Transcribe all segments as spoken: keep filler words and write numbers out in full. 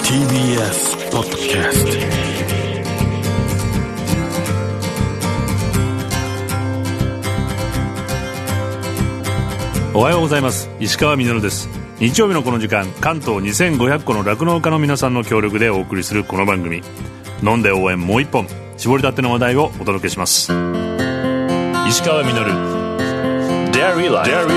ティービーエス ポッドキャスト。おはようございます。石川稔です。日曜日のこの時間、関東にせんごひゃくこの酪農家の皆さんの協力でお送りするこの番組、飲んで応援もう一本、絞りたての話題をお届けします。石川稔 Dairy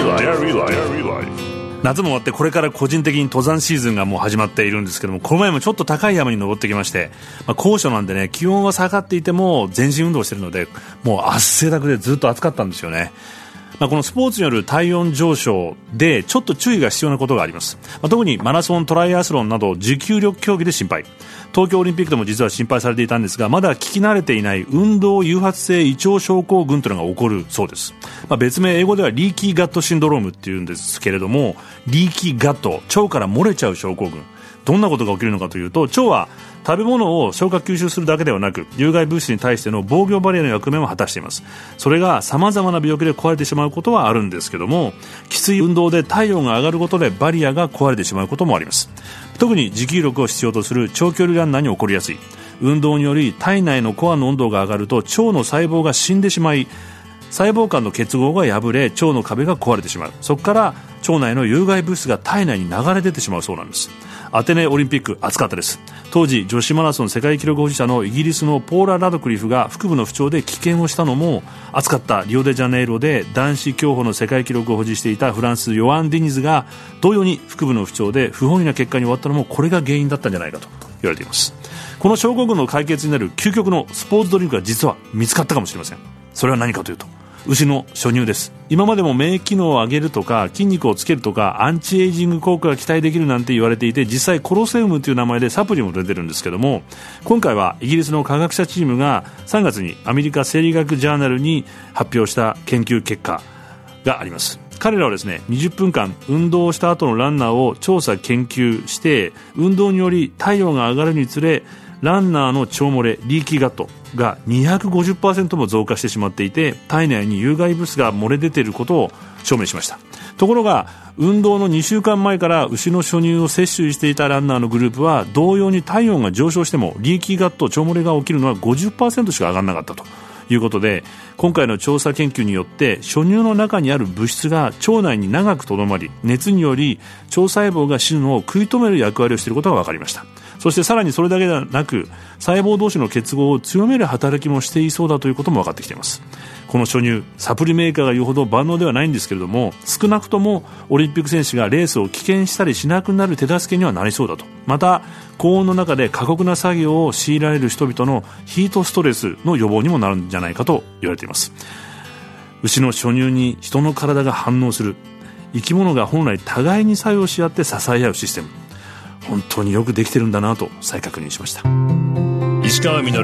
Life。夏も終わってこれから個人的に登山シーズンがもう始まっているんですけども、この前もちょっと高い山に登ってきまして、まあ、高所なんでね、気温は下がっていても全身運動しているので、もう汗だくでずっと暑かったんですよね。まあ、このスポーツによる体温上昇でちょっと注意が必要なことがあります。まあ、特にマラソン、トライアスロンなど持久力競技で心配。東京オリンピックでも実は心配されていたんですが、まだ聞き慣れていない運動誘発性胃腸症候群というのが起こるそうです。まあ、別名英語ではリーキーガットシンドロームっていうんですけれども、リーキーガット、腸から漏れちゃう症候群。どんなことが起きるのかというと、腸は食べ物を消化吸収するだけではなく、有害物質に対しての防御バリアの役目も果たしています。それが様々な病気で壊れてしまうことはあるんですけども、きつい運動で体温が上がることでバリアが壊れてしまうこともあります。特に持久力を必要とする長距離ランナーに起こりやすい。運動により体内のコアの温度が上がると腸の細胞が死んでしまい、細胞間の結合が破れ腸の壁が壊れてしまう。そこから腸内の有害物質が体内に流れ出てしまうそうなんです。アテネオリンピック暑かったです。当時女子マラソン世界記録保持者のイギリスのポーラ・ラドクリフが腹部の不調で棄権をしたのも、暑かったリオデジャネイロで男子競歩の世界記録を保持していたフランスヨアン・ディニズが同様に腹部の不調で不本意な結果に終わったのも、これが原因だったんじゃないかと言われています。この症候群の解決になる究極のスポーツドリンクが実は見つかったかもしれません。それは何かというと、牛の初乳です。今までも免疫機能を上げるとか筋肉をつけるとかアンチエイジング効果が期待できるなんて言われていて、実際コロセウムという名前でサプリも出てるんですけども、今回はイギリスの科学者チームがさんがつにアメリカ生理学ジャーナルに発表した研究結果があります。彼らはですね、にじゅっぷんかん運動した後のランナーを調査研究して、運動により体温が上がるにつれランナーの腸漏れ、リーキーガットが にひゃくごじゅっパーセント も増加してしまっていて、体内に有害物質が漏れ出ていることを証明しました。ところが運動のにしゅうかんまえから牛の初乳を摂取していたランナーのグループは、同様に体温が上昇してもリーキーガット、腸漏れが起きるのは ごじゅっパーセント しか上がらなかったということで、今回の調査研究によって初乳の中にある物質が腸内に長くとどまり、熱により腸細胞が死ぬのを食い止める役割をしていることが分かりました。そしてさらにそれだけではなく、細胞同士の結合を強める働きもしていそうだということも分かってきています。この初乳、サプリメーカーが言うほど万能ではないんですけれども、少なくともオリンピック選手がレースを棄権したりしなくなる手助けにはなりそうだと。また高温の中で過酷な作業を強いられる人々のヒートストレスの予防にもなるんじゃないかと言われています。牛の初乳に人の体が反応する。生き物が本来互いに作用し合って支え合うシステム、本当によくできてるんだなと再確認しました。石川稔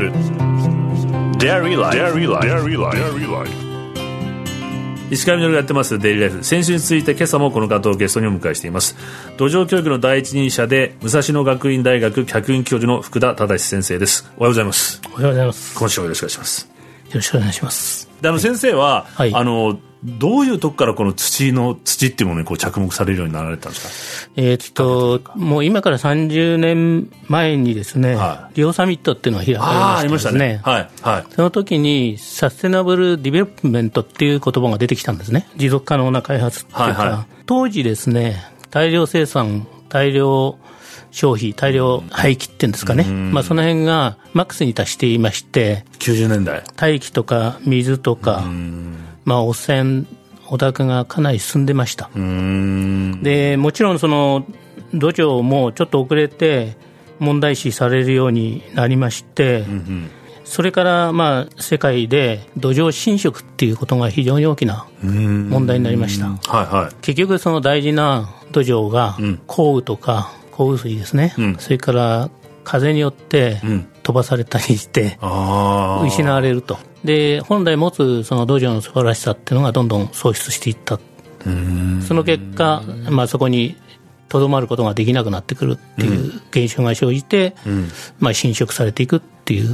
Dairy Life。 石川稔がやってますデイリーライフ。先週に続いて今朝もこの方をゲストにお迎えしています。土壌教育の第一人者で武蔵野学院大学客員教授の福田忠先生です。おはようございます。 おはようございます。 今週もよろしくお願いします。 よろしくお願いします。 で、あの先生は、はい、あのどういうとこからこの土の土っていうものにこう着目されるようになられたんですか？ えー、っともう今からさんじゅうねんまえにですね、はい、リオサミットっていうのが開かれましてですね、 あ、ありましたね、はいはい、 その時にサステナブルディベロップメントっていう言葉が出てきたんですね。持続可能な開発っていうか、はいはい、当時ですね、大量生産、大量消費、大量廃棄っていうんですかね、まあ、その辺がマックスに達していまして、 きゅうじゅうねんだい大気とか水とか、まあ、汚染汚濁がかなり進んでました。うーん、でもちろんその土壌もちょっと遅れて問題視されるようになりまして、うんうん、それからまあ世界で土壌侵食っていうことが非常に大きな問題になりました。はいはい、結局その大事な土壌が降雨とか降雨水ですね、うん、それから風によって飛ばされたりして失われると。で本来持つその土壌の素晴らしさっていうのがどんどん喪失していった。うーん、その結果、まあ、そこにとどまることができなくなってくるっていう現象が生じて、うん、まあ、侵食されていくっていうこ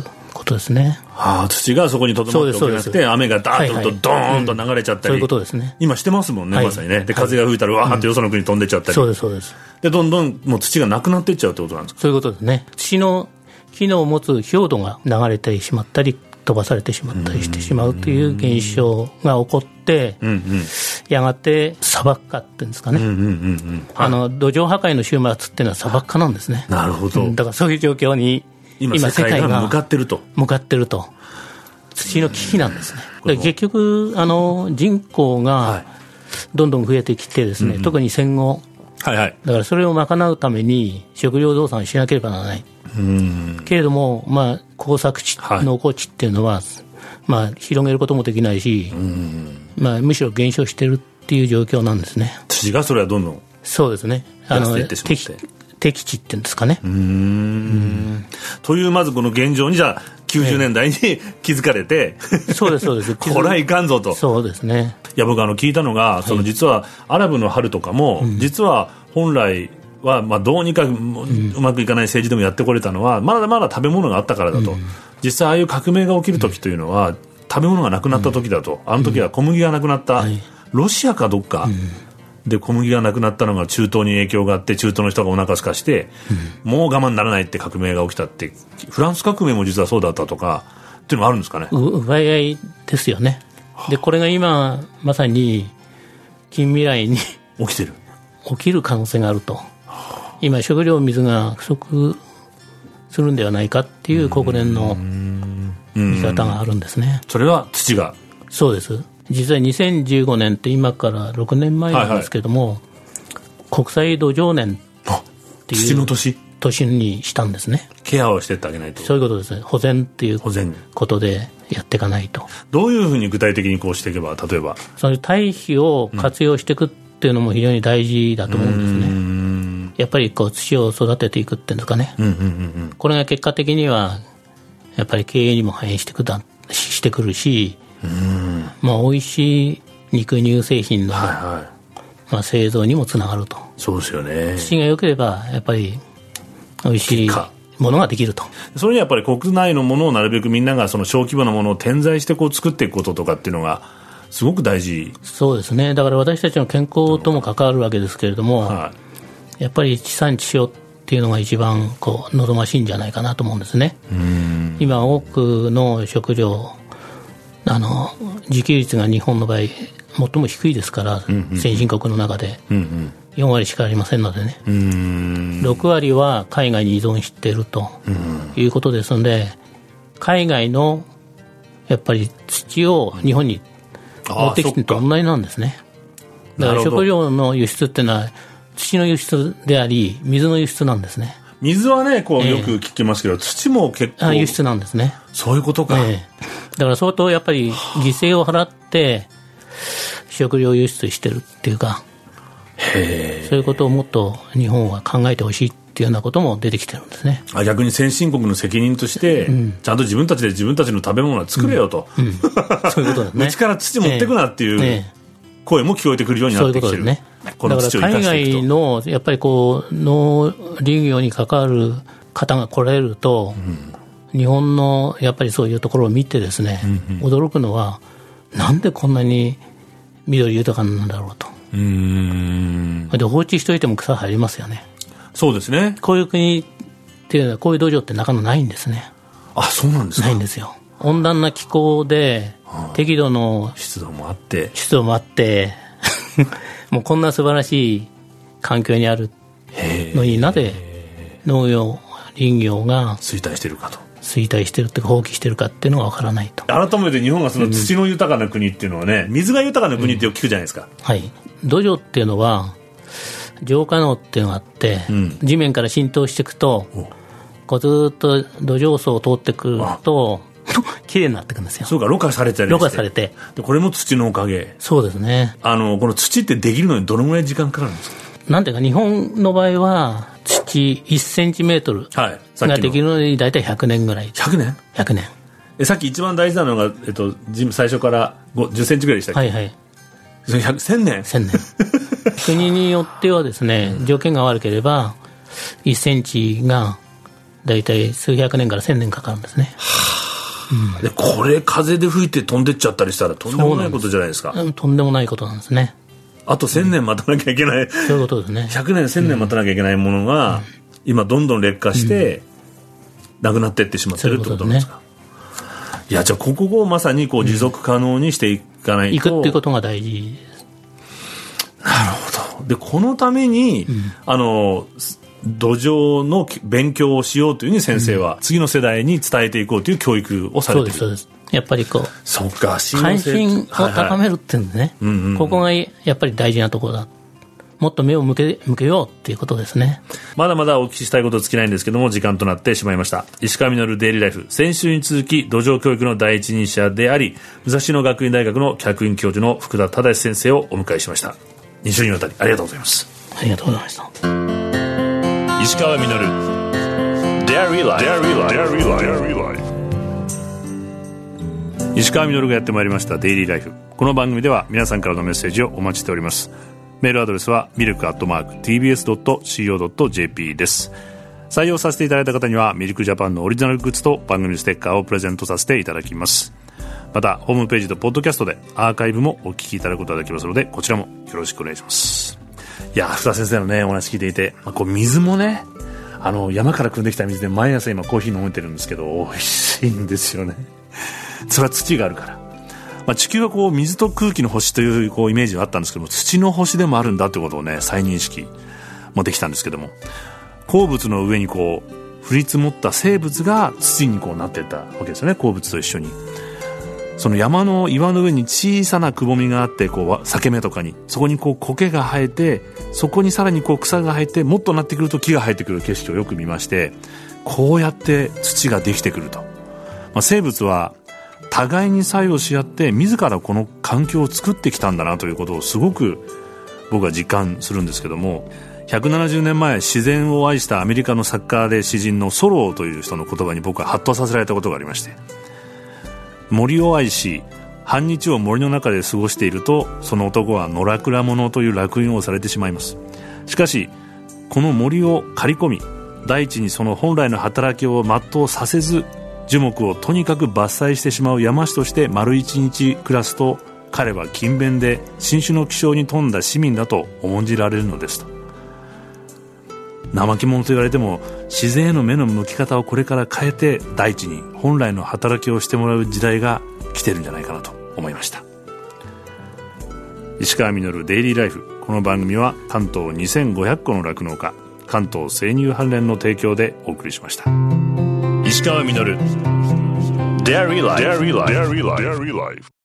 ことですね。 はあ、土がそこにとどまっておけなくて、雨がダーッとドーンと流れちゃったり、 そういうことですね。 今してますもんね、はい、まさにね。で、風が吹いたらわーってよその国に飛んでっちゃったり、 そうですそうです。 でどんどんもう土がなくなっていっちゃうってことなんですか。 そういうことですね。土の機能を持つ氷土が流れてしまったり飛ばされてしまったりしてしまうという現象が起こって、うんうん、やがて砂漠化っていうんですかね、うんうんうんうん、あの土壌破壊の終末っていうのは砂漠化なんですね。 なるほど。 だからそういう状況に今世界が向かってると向かってると土の危機なんですね。で結局あの人口がどんどん増えてきてですね、はい、特に戦後、はいはい、だからそれを賄うために食料増産しなければならない。うんけれども、まあ、耕作地、はい、農耕地っていうのは、まあ、広げることもできないし、うんまあ、むしろ減少しているっていう状況なんですね。 土がそれはどんどんそうですね、あの適, 適地っていうんですかね。うーんうんというまずこの現状にじゃあきゅうじゅうねんだいに気づかれて、 そうですそうですこれはいかんぞと。 そうですね。 いや僕あの聞いたのが、はい、その実はアラブの春とかも、うん、実は本来はまあどうにかうまくいかない政治でもやってこれたのはまだまだ食べ物があったからだと、うん、実際ああいう革命が起きる時というのは食べ物がなくなった時だと、あの時は小麦がなくなった、はい、ロシアかどっかで小麦がなくなったのが中東に影響があって中東の人がお腹すかして、うん、もう我慢ならないって革命が起きたって、フランス革命も実はそうだったとかっていうのもあるんですかね。 奪い合いですよね。でこれが今まさに近未来に起きてる起きる可能性があると。今食料水が不足するんではないかっていう国連の見方があるんですね。 それは土がそうです。実はにせんじゅうごねんって今からろくねんまえなんですけども、はいはい、国際土壌年っていう土の年年にしたんですね。 ケアをしてってあげないと。 そういうことですね。保全っていうことでやっていかないと。 どういうふうに具体的にこうしていけば、例えばその堆肥を活用していくっていうのも非常に大事だと思うんですね。うんやっぱりこう土を育てていくっていうんですかね、うんうんうんうん、これが結果的にはやっぱり経営にも反映してくだしてくるし、うんまあ、美味しい肉乳製品の、はいはいまあ、製造にもつながると。 そうですよね。 土が良ければやっぱり美味しいものができると。 それにやっぱり国内のものをなるべくみんながその小規模なものを点在してこう作っていくこととかっていうのがすごく大事。 そうですね。だから私たちの健康とも関わるわけですけれども、はいやっぱり地産地消っていうのが一番こう望ましいんじゃないかなと思うんですね。うん今多くの食料あの自給率が日本の場合最も低いですから、うんうん、先進国の中で、うんうん、よんわりしかありませんのでね、うんろくわりは海外に依存しているということですので、海外のやっぱり土を日本に持ってきてと同じなんですね。だから食料の輸出っていうのは土の輸出であり水の輸出なんですね。 水はねこうよく聞きますけど、えー、土も結構輸出なんですね。 そういうことか、えー、だから相当やっぱり犠牲を払って食料輸出してるっていうか、へそういうことをもっと日本は考えてほしいっていうようなことも出てきてるんですね。 あ逆に先進国の責任として、うん、ちゃんと自分たちで自分たちの食べ物は作れよと、うんうん、そういうことですね。うちから土持ってくなっていう、えーえー声も聞こえてくるようになってきてる。そういうことですね。この土を生かしていくと。だから海外のやっぱりこう農林業に関わる方が来られると、うん、日本のやっぱりそういうところを見てですね、うんうん、驚くのはなんでこんなに緑豊かなんだろうと。うーんで放置しといても草入りますよね。 そうですね。 こういう国っていうのはこういう土壌ってなかなかないんですね。 あそうなんですか。 ないんですよ。温暖な気候で適度の湿度もあって湿度もあってもうこんな素晴らしい環境にあるのになぜ農業林業が衰退してるかと衰退してるって放棄してるかっていうのが分からないと。 改めて日本がその土の豊かな国っていうのはね、うん、水が豊かな国ってよく聞くじゃないですか、 うん、はい。土壌っていうのは浄化能っていうのがあって、うん、地面から浸透していくとこうずっと土壌層を通ってくるときれいになってくるんですよ。 そうか、ろ過されたりして。 ろ過されてでこれも土のおかげ。 そうですね。 あのこの土ってできるのにどのぐらい時間かかるんですか。 なんていうか日本の場合は土いちセンチメートルができるのに大体ひゃくねんぐらい。 ひゃくねん ?ひゃく 年えさっき一番大事なのが、えっと、最初からじゅっセンチぐらいでしたっけ。はいはいそれせんねんせんねん国によってはですね、条件が悪ければいちセンチが大体数百年からせんねんかかるんですね。はうん、でこれ風で吹いて飛んでっちゃったりしたらとんでもないことじゃないですか。 うん、とんでもないことなんですね。 あとせんねん待たなきゃいけない、うん、 そういうことですね。 ひゃくねんせんねん待たなきゃいけないものが、うん、今どんどん劣化して、うん、なくなっていってしまってるってことなんですか。いやじゃあここをまさにこう持続可能にしていかないと、 うん、いくっていうことが大事です。 なるほど。でこのために、うん、あの土壌の勉強をしようというふうに先生は次の世代に伝えていこうという教育をされている。 そうですそうです。やっぱりこうそうか関心を高めるっていうんですね、はいはい、ここがやっぱり大事なところだ。もっと目を向け、向けようっていうことですね。 まだまだお聞きしたいこと尽きないんですけども時間となってしまいました。石川稔デイリーライフ、先週に続き土壌教育の第一人者であり武蔵野学院大学の客員教授の福田忠先生をお迎えしました。に週にわたりありがとうございます。 ありがとうございました。 石川稔 Dairy Life 石川稔がやってまいりましたデイリーライフ。この番組では皆さんからのメッセージをお待ちしております。メールアドレスは ミルクアットマークティービーエスドットシーオードットジェーピー です。採用させていただいた方にはミルクジャパンのオリジナルグッズと番組ステッカーをプレゼントさせていただきます。またホームページとポッドキャストでアーカイブもお聞きいただくことができますのでこちらもよろしくお願いします。いや福田先生のねお話聞いていて、まあ、こう水もねあの山から汲んできた水で毎朝今コーヒー飲めてるんですけど美味しいんですよね。それは土があるから、まあ、地球はこう水と空気の星という、こうイメージがあったんですけども土の星でもあるんだということをね再認識もできたんですけども、鉱物の上にこう降り積もった生物が土にこうなっていったわけですよね。鉱物と一緒にその山の岩の上に小さなくぼみがあってこう裂け目とかにそこにこう苔が生えてそこにさらにこう草が生えてもっとなってくると木が生えてくる景色をよく見まして、こうやって土ができてくると、まあ、生物は互いに作用し合って自らこの環境を作ってきたんだなということをすごく僕は実感するんですけども、ひゃくななじゅうねんまえ自然を愛したアメリカの作家で詩人のソローという人の言葉に僕はハッとさせられたことがありまして、森を愛し半日を森の中で過ごしているとその男は野良倉者という烙印をされてしまいます。しかしこの森を刈り込み大地にその本来の働きを全うさせず樹木をとにかく伐採してしまう山師として丸一日暮らすと彼は勤勉で新種の気象に富んだ市民だと重んじられるのですと。怠け者と言われても自然への目の向き方をこれから変えて大地に本来の働きをしてもらう時代が来てるんじゃないかなと思いました。石川稔デイリーライフ、この番組は関東にせんごひゃくこの酪農家関東生乳関連の提供でお送りしました。石川稔 Dairy Life